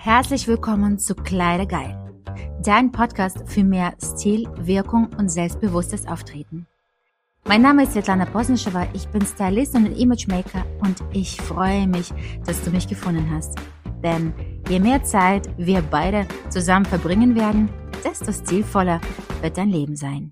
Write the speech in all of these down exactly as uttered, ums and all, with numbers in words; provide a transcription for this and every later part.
Herzlich willkommen zu Kleidergeil, dein Podcast für mehr Stil, Wirkung und selbstbewusstes Auftreten. Mein Name ist Svetlana Posnischewa, ich bin Stylistin und Imagemaker und ich freue mich, dass du mich gefunden hast. Denn je mehr Zeit wir beide zusammen verbringen werden, desto stilvoller wird dein Leben sein.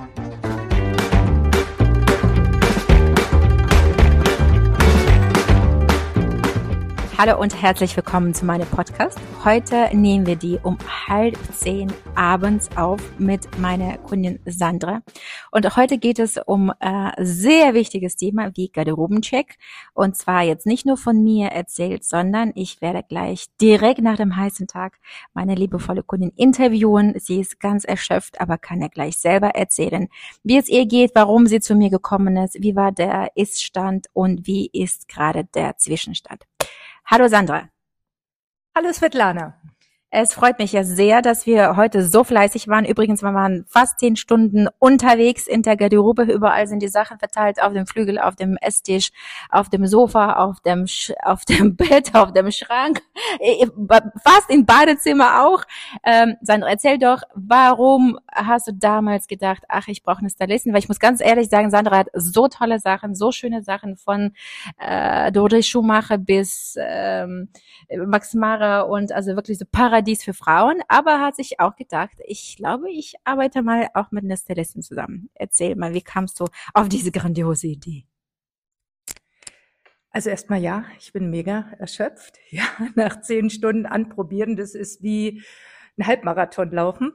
Hallo und herzlich willkommen zu meinem Podcast. Heute nehmen wir die um halb zehn abends auf mit meiner Kundin Sandra. Und heute geht es um ein äh, sehr wichtiges Thema wie Garderobencheck. Und zwar jetzt nicht nur von mir erzählt, sondern ich werde gleich direkt nach dem heißen Tag meine liebevolle Kundin interviewen. Sie ist ganz erschöpft, aber kann ja gleich selber erzählen, wie es ihr geht, warum sie zu mir gekommen ist, wie war der Ist-Stand und wie ist gerade der Zwischenstand. Hallo Sandra. Hallo Svetlana. Es freut mich ja sehr, dass wir heute so fleißig waren. Übrigens, wir waren fast zehn Stunden unterwegs in der Garderobe. Überall sind die Sachen verteilt, auf dem Flügel, auf dem Esstisch, auf dem Sofa, auf dem Sch- auf dem Bett, auf dem Schrank, fast im Badezimmer auch. Ähm, Sandra, erzähl doch, warum hast du damals gedacht, ach, ich brauche eine Stylistin? Weil ich muss ganz ehrlich sagen, Sandra hat so tolle Sachen, so schöne Sachen von äh, Doris Schumacher bis ähm, Max Mara und also wirklich so Paradies für Frauen, aber hat sich auch gedacht, ich glaube, ich arbeite mal auch mit einer Stylistin zusammen. Erzähl mal, wie kamst du auf diese grandiose Idee? Also erstmal ja, ich bin mega erschöpft. Ja, nach zehn Stunden anprobieren, das ist wie ein Halbmarathon laufen.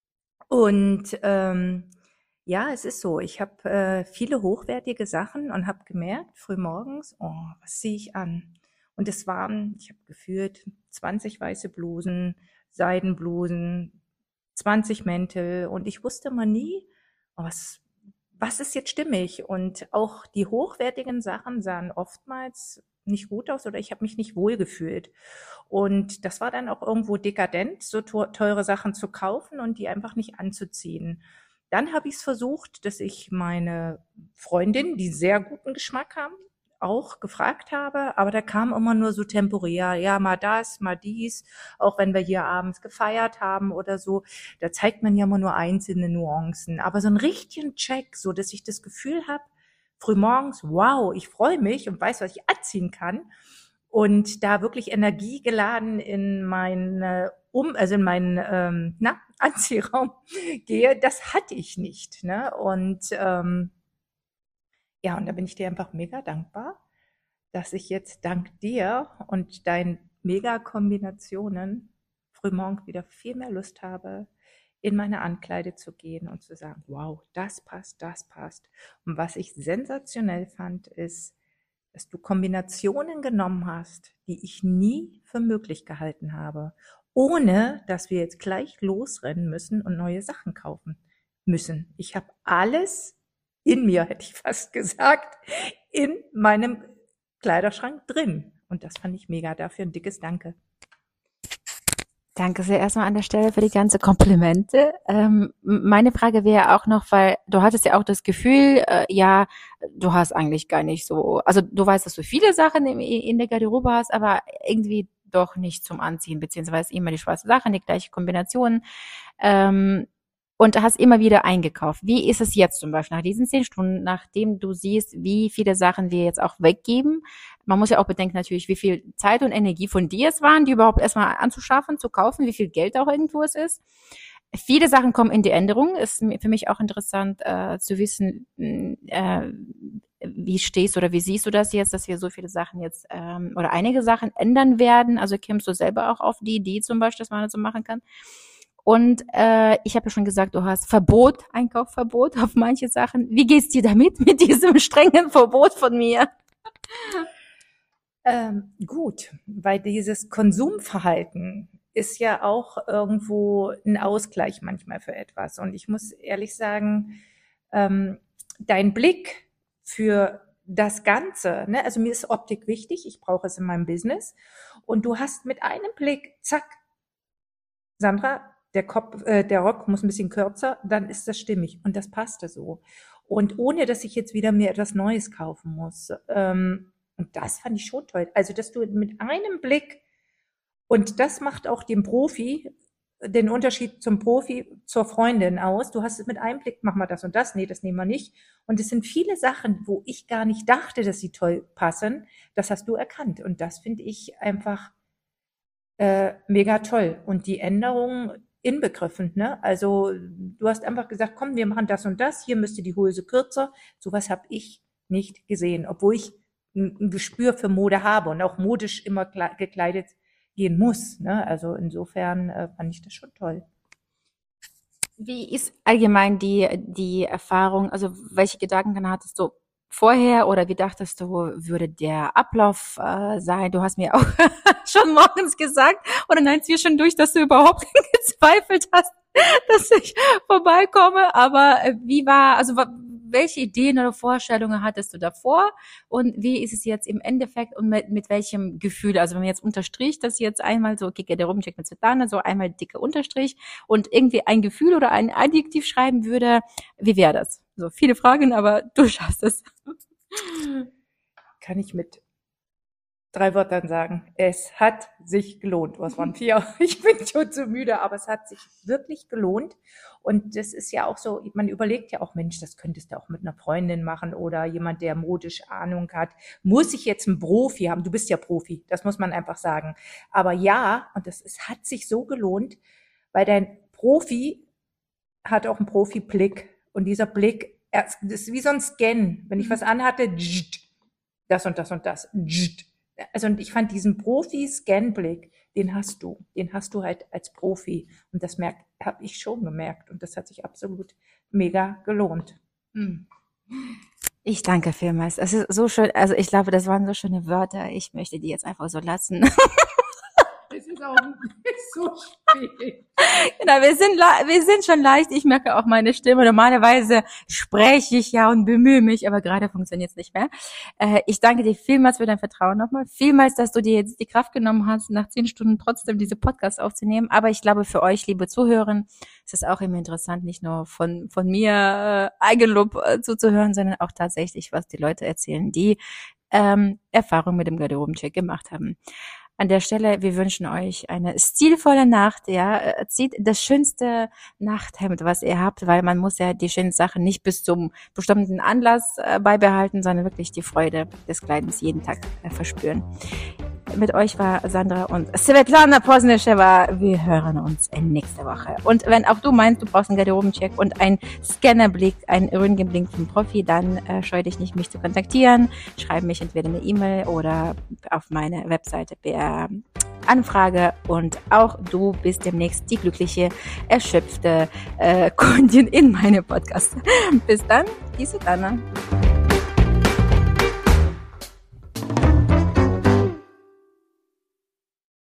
Und ähm, ja, es ist so, ich habe äh, viele hochwertige Sachen und habe gemerkt, frühmorgens, oh, was ziehe ich an? Und es waren, ich habe gefühlt zwanzig weiße Blusen, Seidenblusen, zwanzig Mäntel und ich wusste mal nie, oh, was, was ist jetzt stimmig? Und auch die hochwertigen Sachen sahen oftmals nicht gut aus oder ich habe mich nicht wohl gefühlt. Und das war dann auch irgendwo dekadent, so teure Sachen zu kaufen und die einfach nicht anzuziehen. Dann habe ich es versucht, dass ich meine Freundin, die sehr guten Geschmack haben, auch gefragt habe, aber da kam immer nur so temporär, ja, mal das, mal dies, auch wenn wir hier abends gefeiert haben oder so, da zeigt man ja immer nur einzelne Nuancen, aber so einen richtigen Check, so dass ich das Gefühl habe, frühmorgens, wow, ich freue mich und weiß, was ich anziehen kann und da wirklich energiegeladen in meine um, also in meinen ähm, na, Anziehraum gehe, das hatte ich nicht, ne? Und ähm, ja, und da bin ich dir einfach mega dankbar, dass ich jetzt dank dir und deinen Mega-Kombinationen frühmorgens wieder viel mehr Lust habe, in meine Ankleide zu gehen und zu sagen, wow, das passt, das passt. Und was ich sensationell fand, ist, dass du Kombinationen genommen hast, die ich nie für möglich gehalten habe, ohne dass wir jetzt gleich losrennen müssen und neue Sachen kaufen müssen. Ich habe alles in mir, hätte ich fast gesagt, in meinem Kleiderschrank drin. Und das fand ich mega. Dafür ein dickes Danke. Danke sehr erstmal an der Stelle für die ganze Komplimente. Ähm, meine Frage wäre auch noch, weil du hattest ja auch das Gefühl, äh, ja, du hast eigentlich gar nicht so, also du weißt, dass du viele Sachen in, in der Garderobe hast, aber irgendwie doch nicht zum Anziehen, beziehungsweise immer die schwarze Sachen, die gleiche Kombination. Ähm, Und hast immer wieder eingekauft. Wie ist es jetzt zum Beispiel nach diesen zehn Stunden, nachdem du siehst, wie viele Sachen wir jetzt auch weggeben? Man muss ja auch bedenken natürlich, wie viel Zeit und Energie von dir es waren, die überhaupt erstmal anzuschaffen, zu kaufen, wie viel Geld auch irgendwo es ist. Viele Sachen kommen in die Änderung. Ist für mich auch interessant äh, zu wissen, äh, wie stehst oder wie siehst du das jetzt, dass wir so viele Sachen jetzt ähm, oder einige Sachen ändern werden? Also kommst du selber auch auf die Idee zum Beispiel, dass man das so machen kann? Und äh, ich habe ja schon gesagt, du hast Verbot, Einkaufsverbot auf manche Sachen. Wie geht's dir damit, mit diesem strengen Verbot von mir? Ähm, gut, weil dieses Konsumverhalten ist ja auch irgendwo ein Ausgleich manchmal für etwas. Und ich muss ehrlich sagen, ähm, dein Blick für das Ganze, ne, also mir ist Optik wichtig, ich brauche es in meinem Business. Und du hast mit einem Blick, zack, Sandra, der Kopf, äh, der Rock muss ein bisschen kürzer, dann ist das stimmig und das passte so. Und ohne, dass ich jetzt wieder mir etwas Neues kaufen muss. Ähm, und das fand ich schon toll. Also, dass du mit einem Blick Und das macht auch dem Profi den Unterschied zum Profi zur Freundin aus. Du hast es mit einem Blick, mach mal das und das, nee, das nehmen wir nicht. Und es sind viele Sachen, wo ich gar nicht dachte, dass sie toll passen. Das hast du erkannt. Und das finde ich einfach äh, mega toll. Und die Änderungen inbegriffen, ne? Also du hast einfach gesagt, komm, wir machen das und das, hier müsste die Hose kürzer. Sowas habe ich nicht gesehen, obwohl ich ein, ein Gespür für Mode habe und auch modisch immer kle- gekleidet gehen muss, ne? Also insofern äh, fand ich das schon toll. Wie ist allgemein die, die Erfahrung, also welche Gedanken hattest du vorher oder wie dachtest du, würde der Ablauf äh, sein? Du hast mir auch schon morgens gesagt oder nein, zwischendurch, dass du überhaupt gezweifelt hast, dass ich vorbeikomme. Aber äh, wie war, also wa- welche Ideen oder Vorstellungen hattest du davor und wie ist es jetzt im Endeffekt und mit, mit welchem Gefühl? Also wenn man jetzt unterstrich, dass jetzt einmal so, okay, der Rumcheck mit Svetlana, so einmal dicke Unterstrich und irgendwie ein Gefühl oder ein Adjektiv schreiben würde, wie wäre das? So viele Fragen, aber du schaffst es. Kann ich mit drei Wörtern sagen. Es hat sich gelohnt. Was waren vier? Ich bin schon zu müde, aber es hat sich wirklich gelohnt. Und das ist ja auch so, man überlegt ja auch, Mensch, das könntest du auch mit einer Freundin machen oder jemand, der modisch Ahnung hat. Muss ich jetzt einen Profi haben? Du bist ja Profi, das muss man einfach sagen. Aber ja, und das ist, hat sich so gelohnt, weil dein Profi hat auch einen Profi-Blick. Und dieser Blick, das ist wie so ein Scan. Wenn ich was anhatte, das und das und das. Also und ich fand diesen Profi-Scan-Blick, den hast du. Den hast du halt als Profi. Und das merkt, habe ich schon gemerkt. Und das hat sich absolut mega gelohnt. Ich danke vielmals. Es ist so schön, also ich glaube, das waren so schöne Wörter. Ich möchte die jetzt einfach so lassen. Es ist auch so spät. Genau, wir sind, wir sind schon leicht. Ich merke auch meine Stimme. Normalerweise spreche ich ja und bemühe mich, aber gerade funktioniert es nicht mehr. Äh, ich danke dir vielmals für dein Vertrauen nochmal. Vielmals, dass du dir jetzt die Kraft genommen hast, nach zehn Stunden trotzdem diese Podcast aufzunehmen. Aber ich glaube, für euch, liebe Zuhörer, ist es auch immer interessant, nicht nur von, von mir äh, Eigenlob äh, zuzuhören, sondern auch tatsächlich, was die Leute erzählen, die ähm, Erfahrung mit dem Garderobencheck gemacht haben. An der Stelle, wir wünschen euch eine stilvolle Nacht, ja, zieht das schönste Nachthemd, was ihr habt, weil man muss ja die schönen Sachen nicht bis zum bestimmten Anlass äh, beibehalten, sondern wirklich die Freude des Kleidens jeden Tag äh, verspüren. Mit euch war Sandra und Svetlana Posneschewa. Wir hören uns nächste Woche. Und wenn auch du meinst, du brauchst einen Garderobencheck und einen Scannerblick, einen Röntgenblick vom Profi, dann äh, scheu dich nicht, mich zu kontaktieren. Schreib mich entweder eine E-Mail oder auf meine Webseite per Anfrage. Und auch du bist demnächst die glückliche, erschöpfte äh, Kundin in meinem Podcast. Bis dann, die Svetlana.